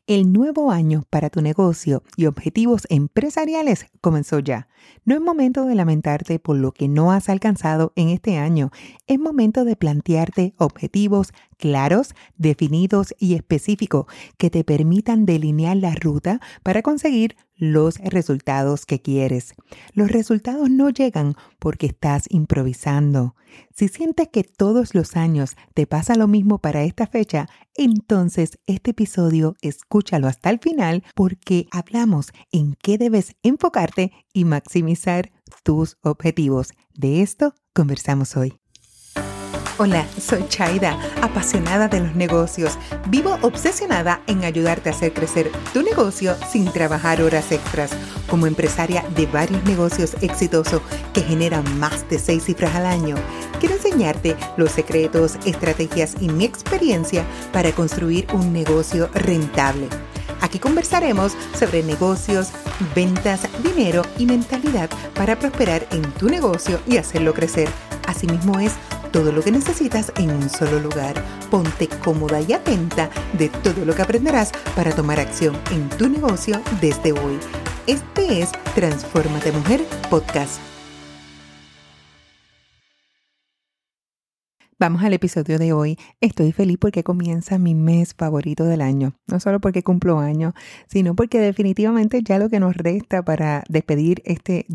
El nuevo año para tu negocio y objetivos empresariales comenzó ya. No es momento de lamentarte por lo que no has alcanzado en este año. Es momento de plantearte objetivos claros, definidos y específicos que te permitan delinear la ruta para conseguir los resultados que quieres. Los resultados no llegan porque estás improvisando. Si sientes que todos los años te pasa lo mismo para esta fecha, entonces este episodio escúchalo hasta el final porque hablamos en qué debes enfocarte y maximizar tus objetivos. De esto conversamos hoy. Hola, soy Chaida, apasionada de los negocios. Vivo obsesionada en ayudarte a hacer crecer tu negocio sin trabajar horas extras. Como empresaria de varios negocios exitosos que generan más de 6 cifras al año, quiero enseñarte los secretos, estrategias y mi experiencia para construir un negocio rentable. Aquí conversaremos sobre negocios, ventas, dinero y mentalidad para prosperar en tu negocio y hacerlo crecer. Asimismo es todo lo que necesitas en un solo lugar. Ponte cómoda y atenta de todo lo que aprenderás para tomar acción en tu negocio desde hoy. Este es Transfórmate Mujer Podcast. Vamos al episodio de hoy. Estoy feliz porque comienza mi mes favorito del año. No solo porque cumplo años, sino porque definitivamente ya lo que nos resta para despedir este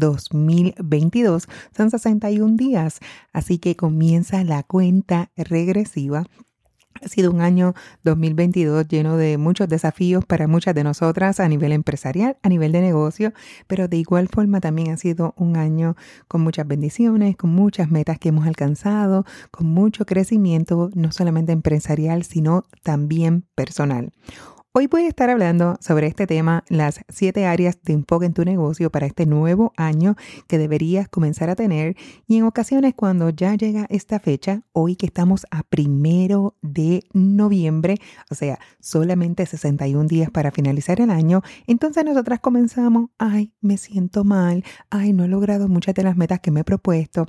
2022 son 61 días. Así que comienza la cuenta regresiva. Ha sido un año 2022 lleno de muchos desafíos para muchas de nosotras a nivel empresarial, a nivel de negocio, pero de igual forma también ha sido un año con muchas bendiciones, con muchas metas que hemos alcanzado, con mucho crecimiento, no solamente empresarial, sino también personal. Hoy voy a estar hablando sobre este tema, las 7 áreas de enfoque en tu negocio para este nuevo año que deberías comenzar a tener. Y en ocasiones cuando ya llega esta fecha, hoy que estamos a 1 de noviembre, o sea, solamente 61 días para finalizar el año, entonces nosotras comenzamos, me siento mal, no he logrado muchas de las metas que me he propuesto.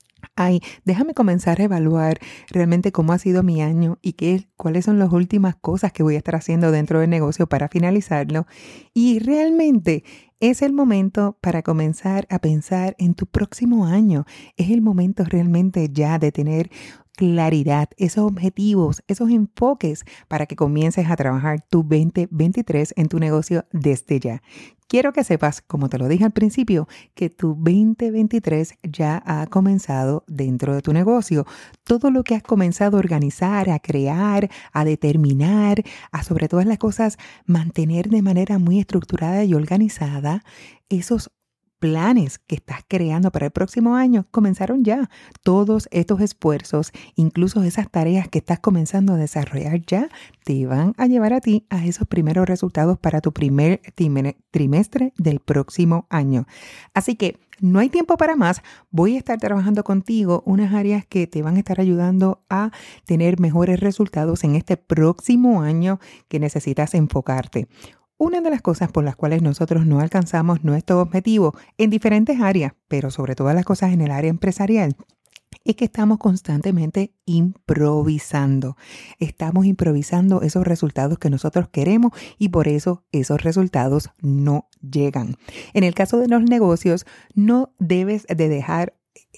Déjame comenzar a evaluar realmente cómo ha sido mi año y cuáles son las últimas cosas que voy a estar haciendo dentro del negocio para finalizarlo. Y realmente es el momento para comenzar a pensar en tu próximo año. Es el momento realmente ya de tener claridad, esos objetivos, esos enfoques para que comiences a trabajar tu 2023 en tu negocio desde ya. Quiero que sepas, como te lo dije al principio, que tu 2023 ya ha comenzado dentro de tu negocio. Todo lo que has comenzado a organizar, a crear, a determinar, a sobre todas las cosas mantener de manera muy estructurada y organizada, esos planes que estás creando para el próximo año comenzaron ya. Todos estos esfuerzos, incluso esas tareas que estás comenzando a desarrollar ya, te van a llevar a ti a esos primeros resultados para tu primer trimestre del próximo año. Así que no hay tiempo para más. Voy a estar trabajando contigo unas áreas que te van a estar ayudando a tener mejores resultados en este próximo año que necesitas enfocarte. Una de las cosas por las cuales nosotros no alcanzamos nuestro objetivo en diferentes áreas, pero sobre todas las cosas en el área empresarial, es que estamos constantemente improvisando. Estamos improvisando esos resultados que nosotros queremos y por eso esos resultados no llegan. En el caso de los negocios, no debes de dejar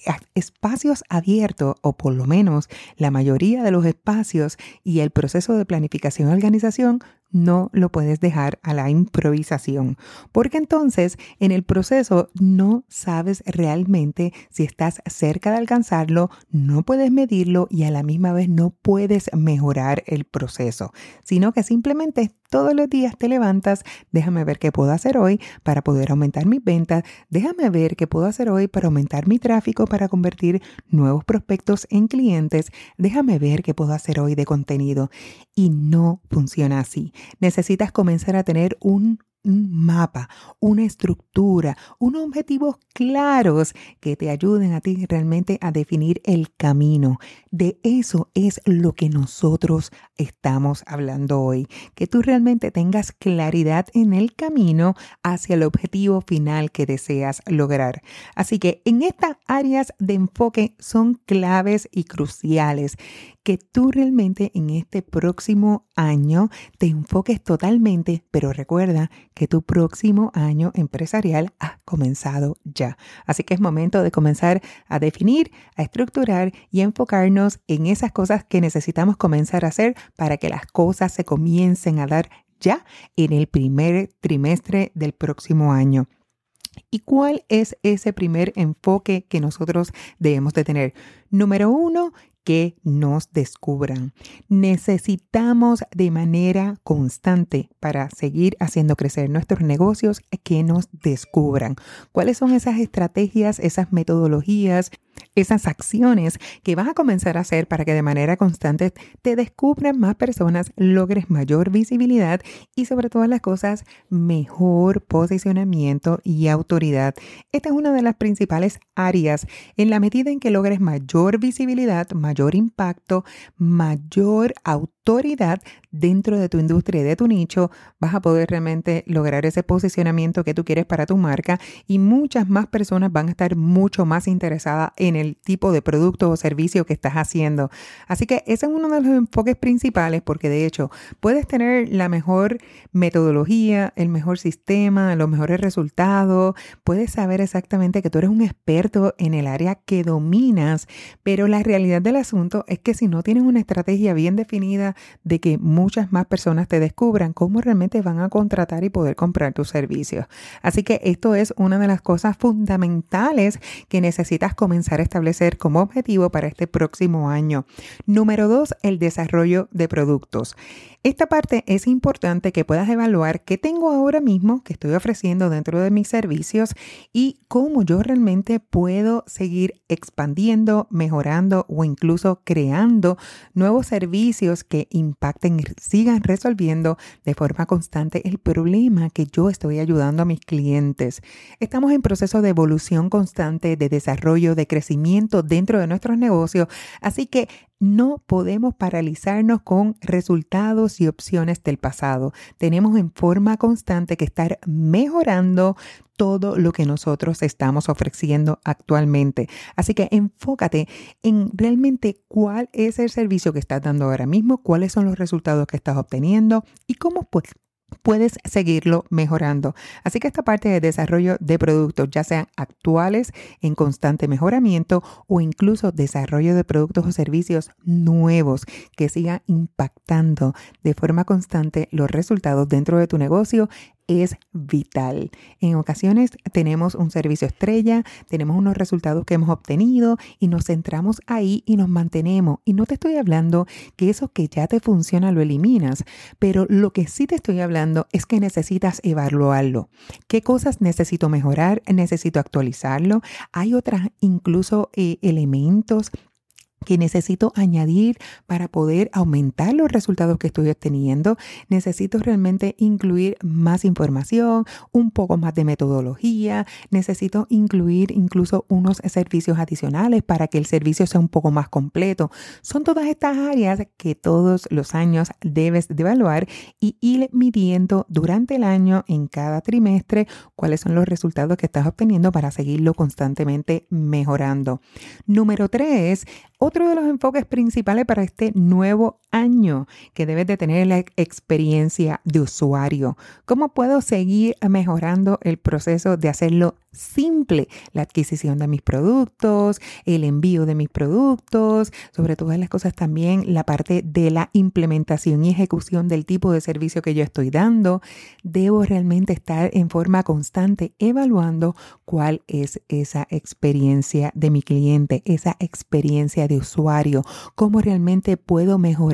espacios abiertos, o por lo menos la mayoría de los espacios y el proceso de planificación y organización no lo puedes dejar a la improvisación, porque entonces en el proceso no sabes realmente si estás cerca de alcanzarlo, no puedes medirlo y a la misma vez no puedes mejorar el proceso, sino que simplemente todos los días te levantas, déjame ver qué puedo hacer hoy para poder aumentar mis ventas, déjame ver qué puedo hacer hoy para aumentar mi tráfico, para convertir nuevos prospectos en clientes, déjame ver qué puedo hacer hoy de contenido. Y no funciona así. Necesitas comenzar a tener un un mapa, una estructura, unos objetivos claros que te ayuden a ti realmente a definir el camino. De eso es lo que nosotros estamos hablando hoy, que tú realmente tengas claridad en el camino hacia el objetivo final que deseas lograr. Así que en estas áreas de enfoque son claves y cruciales que tú realmente en este próximo año te enfoques totalmente, pero recuerda que tu próximo año empresarial ha comenzado ya. Así que es momento de comenzar a definir, a estructurar y a enfocarnos en esas cosas que necesitamos comenzar a hacer para que las cosas se comiencen a dar ya en el primer trimestre del próximo año. ¿Y cuál es ese primer enfoque que nosotros debemos de tener? Número 1, que nos descubran. Necesitamos de manera constante para seguir haciendo crecer nuestros negocios que nos descubran. ¿Cuáles son esas estrategias, esas metodologías, esas acciones que vas a comenzar a hacer para que de manera constante te descubran más personas, logres mayor visibilidad y sobre todas las cosas, mejor posicionamiento y autoridad? Esta es una de las principales áreas. En la medida en que logres mayor visibilidad, mayor impacto, mayor autoridad dentro de tu industria y de tu nicho, vas a poder realmente lograr ese posicionamiento que tú quieres para tu marca y muchas más personas van a estar mucho más interesadas en el tipo de producto o servicio que estás haciendo. Así que ese es uno de los enfoques principales porque de hecho puedes tener la mejor metodología, el mejor sistema, los mejores resultados, puedes saber exactamente que tú eres un experto en el área que dominas, pero la realidad del asunto es que si no tienes una estrategia bien definida de que muchas más personas te descubran, ¿cómo realmente van a contratar y poder comprar tus servicios? Así que esto es una de las cosas fundamentales que necesitas comenzar a establecer como objetivo para este próximo año. Número 2, el desarrollo de productos. Esta parte es importante que puedas evaluar qué tengo ahora mismo que estoy ofreciendo dentro de mis servicios y cómo yo realmente puedo seguir expandiendo, mejorando o incluso creando nuevos servicios que impacten y sigan resolviendo de forma constante el problema que yo estoy ayudando a mis clientes. Estamos en proceso de evolución constante, de desarrollo, de crecimiento dentro de nuestros negocios, así que no podemos paralizarnos con resultados y opciones del pasado. Tenemos en forma constante que estar mejorando todo lo que nosotros estamos ofreciendo actualmente. Así que enfócate en realmente cuál es el servicio que estás dando ahora mismo, cuáles son los resultados que estás obteniendo y cómo puedes seguirlo mejorando. Así que esta parte de desarrollo de productos, ya sean actuales en constante mejoramiento o incluso desarrollo de productos o servicios nuevos que sigan impactando de forma constante los resultados dentro de tu negocio, es vital. En ocasiones tenemos un servicio estrella, tenemos unos resultados que hemos obtenido y nos centramos ahí y nos mantenemos. Y no te estoy hablando que eso que ya te funciona lo eliminas, pero lo que sí te estoy hablando es que necesitas evaluarlo. ¿Qué cosas necesito mejorar? ¿Necesito actualizarlo? Hay otras incluso elementos que necesito añadir para poder aumentar los resultados que estoy obteniendo. Necesito realmente incluir más información, un poco más de metodología. Necesito incluir incluso unos servicios adicionales para que el servicio sea un poco más completo. Son todas estas áreas que todos los años debes de evaluar y ir midiendo durante el año en cada trimestre cuáles son los resultados que estás obteniendo para seguirlo constantemente mejorando. Número 3, otro de los enfoques principales para este nuevo año que debes de tener la experiencia de usuario. ¿Cómo puedo seguir mejorando el proceso de hacerlo simple? La adquisición de mis productos, el envío de mis productos, sobre todas las cosas también la parte de la implementación y ejecución del tipo de servicio que yo estoy dando. Debo realmente estar en forma constante evaluando cuál es esa experiencia de mi cliente, esa experiencia de usuario, cómo realmente puedo mejorar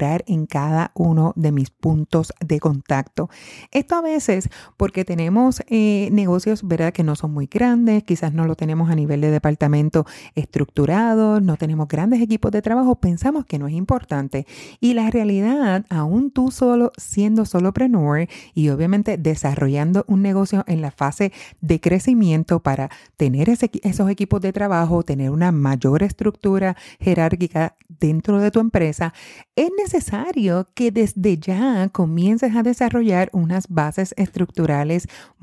entrar en cada uno de mis puntos de contacto. Esto a veces porque tenemos negocios, ¿verdad?, que no son muy grandes, quizás no lo tenemos a nivel de departamento estructurado, no tenemos grandes equipos de trabajo, pensamos que no es importante. Y la realidad, aún tú solo siendo solopreneur y obviamente desarrollando un negocio en la fase de crecimiento para tener esos equipos de trabajo, tener una mayor estructura jerárquica dentro de tu empresa, es necesario que desde ya comiences a desarrollar unas bases estructurales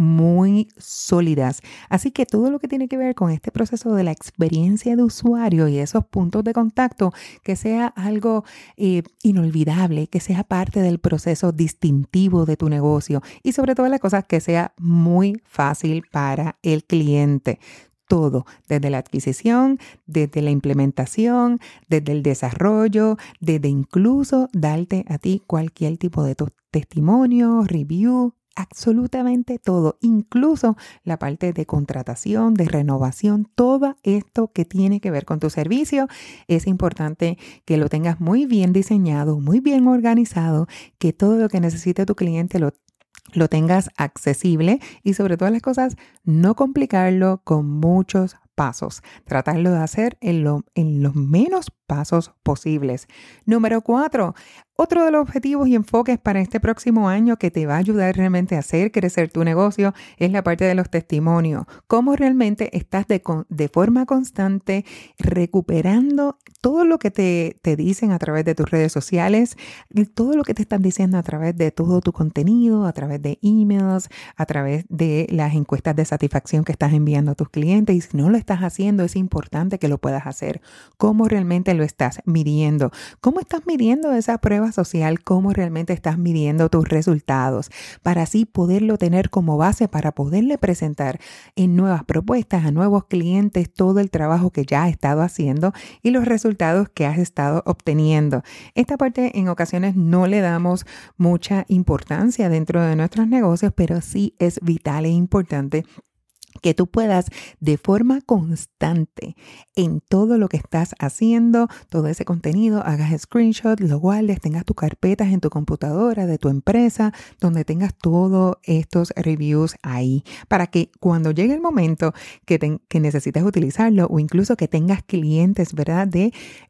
muy sólidas. Así que todo lo que tiene que ver con este proceso de la experiencia de usuario y esos puntos de contacto, que sea algo inolvidable, que sea parte del proceso distintivo de tu negocio y sobre todas las cosas que sea muy fácil para el cliente. Todo, desde la adquisición, desde la implementación, desde el desarrollo, desde incluso darte a ti cualquier tipo de testimonio, review, absolutamente todo, incluso la parte de contratación, de renovación, todo esto que tiene que ver con tu servicio. Es importante que lo tengas muy bien diseñado, muy bien organizado, que todo lo que necesite tu cliente lo tengas accesible y sobre todas las cosas, no complicarlo con muchos pasos. Tratarlo de hacer en los menos pasos posibles. Número 4, otro de los objetivos y enfoques para este próximo año que te va a ayudar realmente a hacer crecer tu negocio es la parte de los testimonios. Cómo realmente estás de forma constante recuperando todo lo que te dicen a través de tus redes sociales, todo lo que te están diciendo a través de todo tu contenido, a través de emails, a través de las encuestas de satisfacción que estás enviando a tus clientes. Y si no lo estás haciendo, es importante que lo puedas hacer. ¿Cómo realmente lo estás midiendo? ¿Cómo estás midiendo esa prueba social? ¿Cómo realmente estás midiendo tus resultados? Para así poderlo tener como base para poderle presentar en nuevas propuestas a nuevos clientes todo el trabajo que ya has estado haciendo y los resultados que has estado obteniendo. Esta parte en ocasiones no le damos mucha importancia dentro de nuestros negocios, pero sí es vital e importante que tú puedas de forma constante en todo lo que estás haciendo, todo ese contenido, hagas screenshot, lo guardes, tengas tus carpetas en tu computadora de tu empresa, donde tengas todos estos reviews ahí, para que cuando llegue el momento que necesites utilizarlo o incluso que tengas clientes, ¿verdad?, de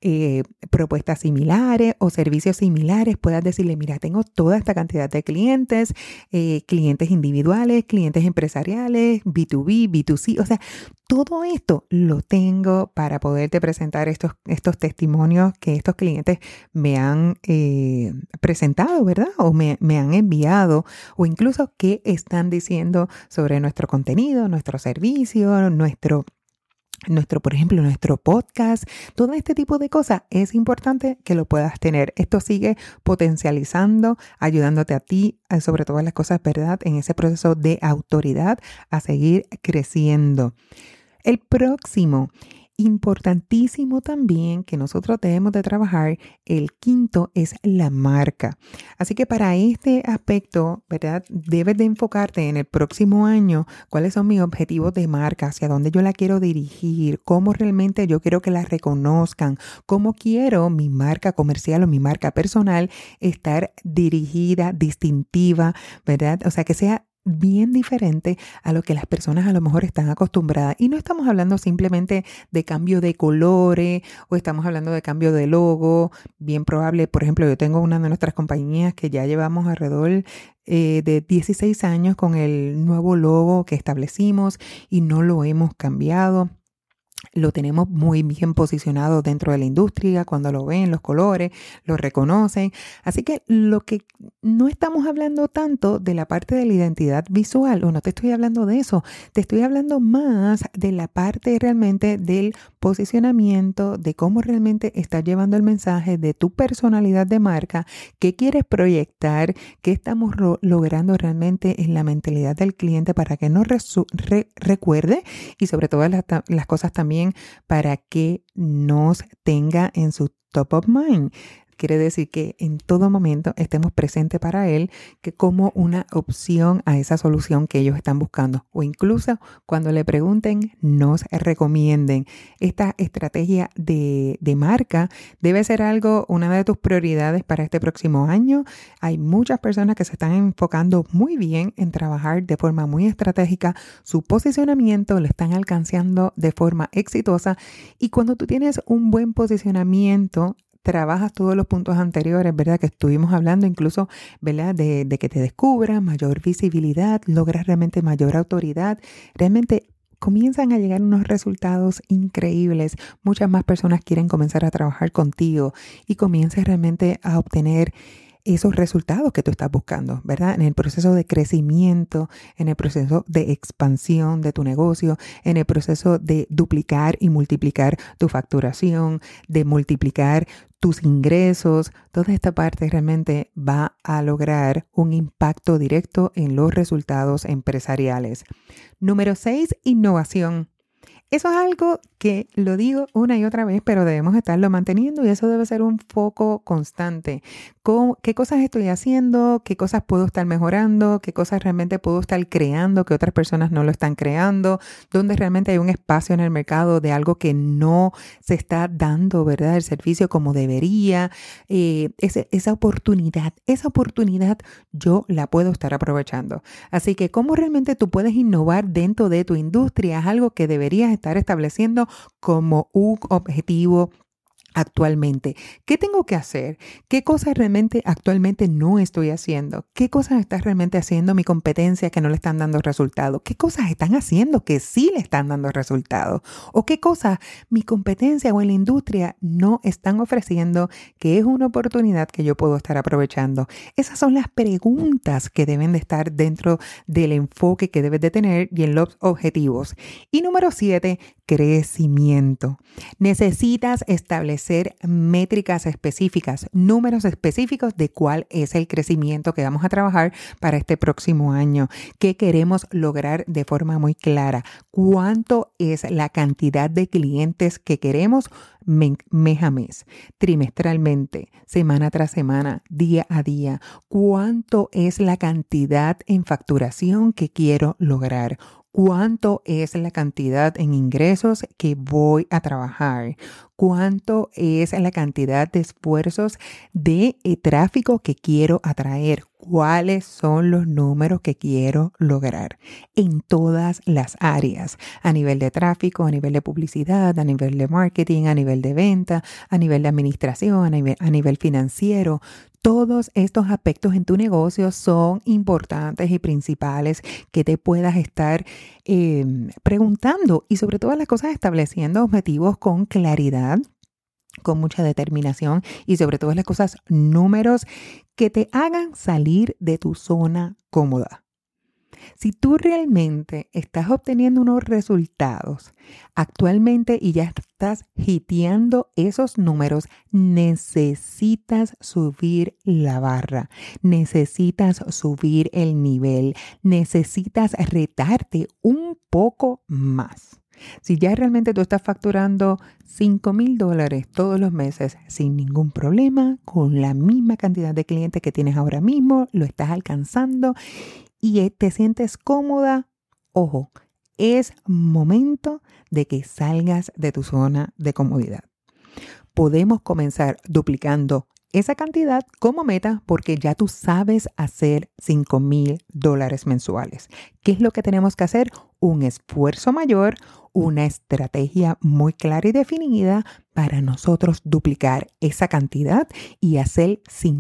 propuestas similares o servicios similares, puedas decirle, mira, tengo toda esta cantidad de clientes, clientes individuales, clientes empresariales, B2B, B2C, o sea, todo esto lo tengo para poderte presentar estos testimonios que estos clientes me han presentado, ¿verdad? O me han enviado, o incluso qué están diciendo sobre nuestro contenido, nuestro servicio, por ejemplo, nuestro podcast, todo este tipo de cosas es importante que lo puedas tener. Esto sigue potencializando, ayudándote a ti, sobre todas las cosas, ¿verdad?, en ese proceso de autoridad a seguir creciendo. El próximo, importantísimo también que nosotros debemos de trabajar, el quinto es la marca. Así que para este aspecto, ¿verdad?, debes de enfocarte en el próximo año, cuáles son mis objetivos de marca, hacia dónde yo la quiero dirigir, cómo realmente yo quiero que la reconozcan, cómo quiero mi marca comercial o mi marca personal estar dirigida, distintiva, ¿verdad? O sea, que sea bien diferente a lo que las personas a lo mejor están acostumbradas. Y no estamos hablando simplemente de cambio de colores o estamos hablando de cambio de logo. Bien probable, por ejemplo, yo tengo una de nuestras compañías que ya llevamos alrededor de 16 años con el nuevo logo que establecimos y no lo hemos cambiado. Lo tenemos muy bien posicionado dentro de la industria. Cuando lo ven, los colores, lo reconocen. Así que lo que no estamos hablando tanto de la parte de la identidad visual, o no te estoy hablando de eso, te estoy hablando más de la parte realmente del posicionamiento, de cómo realmente estás llevando el mensaje, de tu personalidad de marca, qué quieres proyectar, qué estamos logrando realmente en la mentalidad del cliente para que nos recuerde y sobre todo las cosas también para que nos tenga en su top of mind. quiere decir que en todo momento estemos presentes para él, que como una opción a esa solución que ellos están buscando. O incluso cuando le pregunten, nos recomienden. Esta estrategia de marca debe ser una de tus prioridades para este próximo año. Hay muchas personas que se están enfocando muy bien en trabajar de forma muy estratégica. Su posicionamiento lo están alcanzando de forma exitosa. Y cuando tú tienes un buen posicionamiento, trabajas todos los puntos anteriores, ¿verdad? Que estuvimos hablando, incluso, ¿verdad? De que te descubran, mayor visibilidad, logras realmente mayor autoridad. Realmente comienzan a llegar unos resultados increíbles. Muchas más personas quieren comenzar a trabajar contigo y comienzas realmente a obtener esos resultados que tú estás buscando, ¿verdad? En el proceso de crecimiento, en el proceso de expansión de tu negocio, en el proceso de duplicar y multiplicar tu facturación, de multiplicar tus ingresos. Toda esta parte realmente va a lograr un impacto directo en los resultados empresariales. Número 6, innovación. Eso es algo que lo digo una y otra vez, pero debemos estarlo manteniendo y eso debe ser un foco constante. ¿Qué cosas estoy haciendo? ¿Qué cosas puedo estar mejorando? ¿Qué cosas realmente puedo estar creando que otras personas no lo están creando? ¿Dónde realmente hay un espacio en el mercado de algo que no se está dando, ¿verdad? El servicio como debería. Esa oportunidad yo la puedo estar aprovechando. Así que cómo realmente tú puedes innovar dentro de tu industria es algo que deberías estar estableciendo como un objetivo actualmente. ¿Qué tengo que hacer? ¿Qué cosas realmente actualmente no estoy haciendo? ¿Qué cosas está realmente haciendo mi competencia que no le están dando resultados? ¿Qué cosas están haciendo que sí le están dando resultados? ¿O qué cosas mi competencia o en la industria no están ofreciendo que es una oportunidad que yo puedo estar aprovechando? Esas son las preguntas que deben de estar dentro del enfoque que debes de tener y en los objetivos. Y número 7, crecimiento. Necesitas establecer métricas específicas, números específicos de cuál es el crecimiento que vamos a trabajar para este próximo año. ¿Qué queremos lograr de forma muy clara? ¿Cuánto es la cantidad de clientes que queremos mes a mes, trimestralmente, semana tras semana, día a día? ¿Cuánto es la cantidad en facturación que quiero lograr? ¿Cuánto es la cantidad en ingresos que voy a trabajar? ¿Cuánto es la cantidad de esfuerzos de tráfico que quiero atraer? ¿Cuáles son los números que quiero lograr en todas las áreas? A nivel de tráfico, a nivel de publicidad, a nivel de marketing, a nivel de venta, a nivel de administración, a nivel financiero. Todos estos aspectos en tu negocio son importantes y principales que te puedas estar preguntando y sobre todas las cosas estableciendo objetivos con claridad, con mucha determinación y sobre todas las cosas números que te hagan salir de tu zona cómoda. Si tú realmente estás obteniendo unos resultados actualmente y ya estás hiteando esos números, necesitas subir la barra, necesitas subir el nivel, necesitas retarte un poco más. Si ya realmente tú estás facturando $5,000 todos los meses sin ningún problema, con la misma cantidad de clientes que tienes ahora mismo, lo estás alcanzando y te sientes cómoda, ojo, es momento de que salgas de tu zona de comodidad. Podemos comenzar duplicando esa cantidad como meta porque ya tú sabes hacer $5,000 mensuales. ¿Qué es lo que tenemos que hacer? Un esfuerzo mayor, una estrategia muy clara y definida para nosotros duplicar esa cantidad y hacer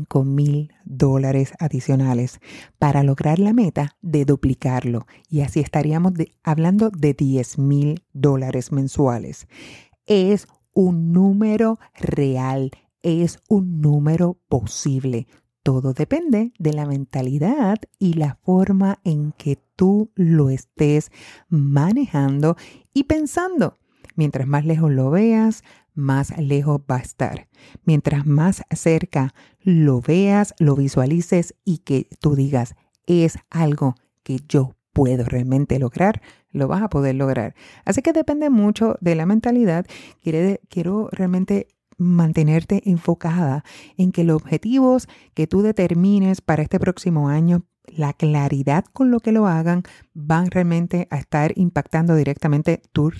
$5,000 adicionales para lograr la meta de duplicarlo. Y así estaríamos hablando de $10,000 mensuales. Es un número real. Es un número posible. Todo depende de la mentalidad y la forma en que tú lo estés manejando y pensando. Mientras más lejos lo veas, más lejos va a estar. Mientras más cerca lo veas, lo visualices y que tú digas, es algo que yo puedo realmente lograr, lo vas a poder lograr. Así que depende mucho de la mentalidad. Quiero realmente mantenerte enfocada en que los objetivos que tú determines para este próximo año, la claridad con lo que lo hagan, van realmente a estar impactando directamente tus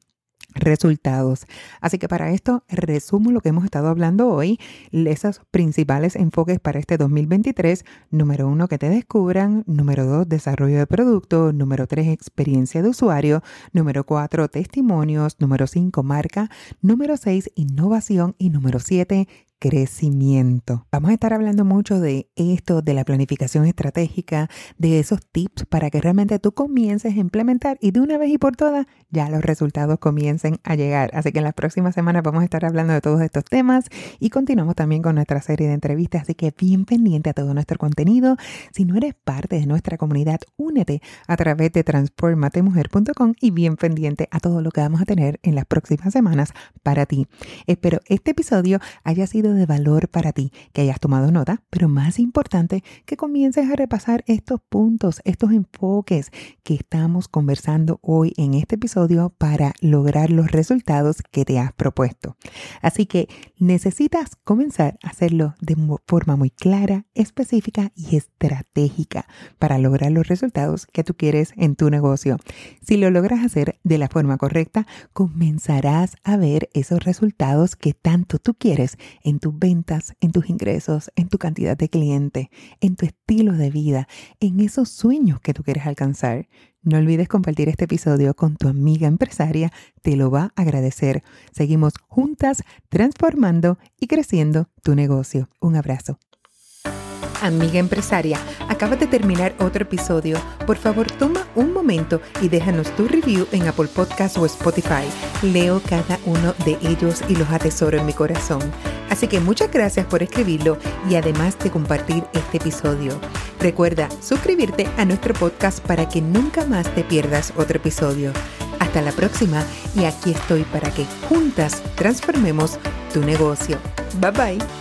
resultados. Así que para esto resumo lo que hemos estado hablando hoy, esos principales enfoques para este 2023. Número 1, que te descubran. Número 2, desarrollo de producto. Número 3, experiencia de usuario. Número 4, testimonios. Número 5, marca. Número 6, innovación. Y número 7, crecimiento. Vamos a estar hablando mucho de esto, de la planificación estratégica, de esos tips para que realmente tú comiences a implementar y de una vez y por todas ya los resultados comiencen a llegar. Así que en las próximas semanas vamos a estar hablando de todos estos temas y continuamos también con nuestra serie de entrevistas. Así que bien pendiente a todo nuestro contenido. Si no eres parte de nuestra comunidad, únete a través de transformatemujer.com y bien pendiente a todo lo que vamos a tener en las próximas semanas para ti. Espero este episodio haya sido de valor para ti, que hayas tomado nota, pero más importante, que comiences a repasar estos puntos, estos enfoques que estamos conversando hoy en este episodio para lograr los resultados que te has propuesto. Así que necesitas comenzar a hacerlo de forma muy clara, específica y estratégica para lograr los resultados que tú quieres en tu negocio. Si lo logras hacer de la forma correcta, comenzarás a ver esos resultados que tanto tú quieres en tus ventas, en tus ingresos, en tu cantidad de clientes, en tu estilo de vida, en esos sueños que tú quieres alcanzar. No olvides compartir este episodio con tu amiga empresaria, te lo va a agradecer. Seguimos juntas transformando y creciendo tu negocio. Un abrazo. Amiga empresaria, acabas de terminar otro episodio. Por favor, toma un momento y déjanos tu review en Apple Podcasts o Spotify. Leo cada uno de ellos y los atesoro en mi corazón. Así que muchas gracias por escribirlo y además de compartir este episodio. Recuerda suscribirte a nuestro podcast para que nunca más te pierdas otro episodio. Hasta la próxima y aquí estoy para que juntas transformemos tu negocio. Bye bye.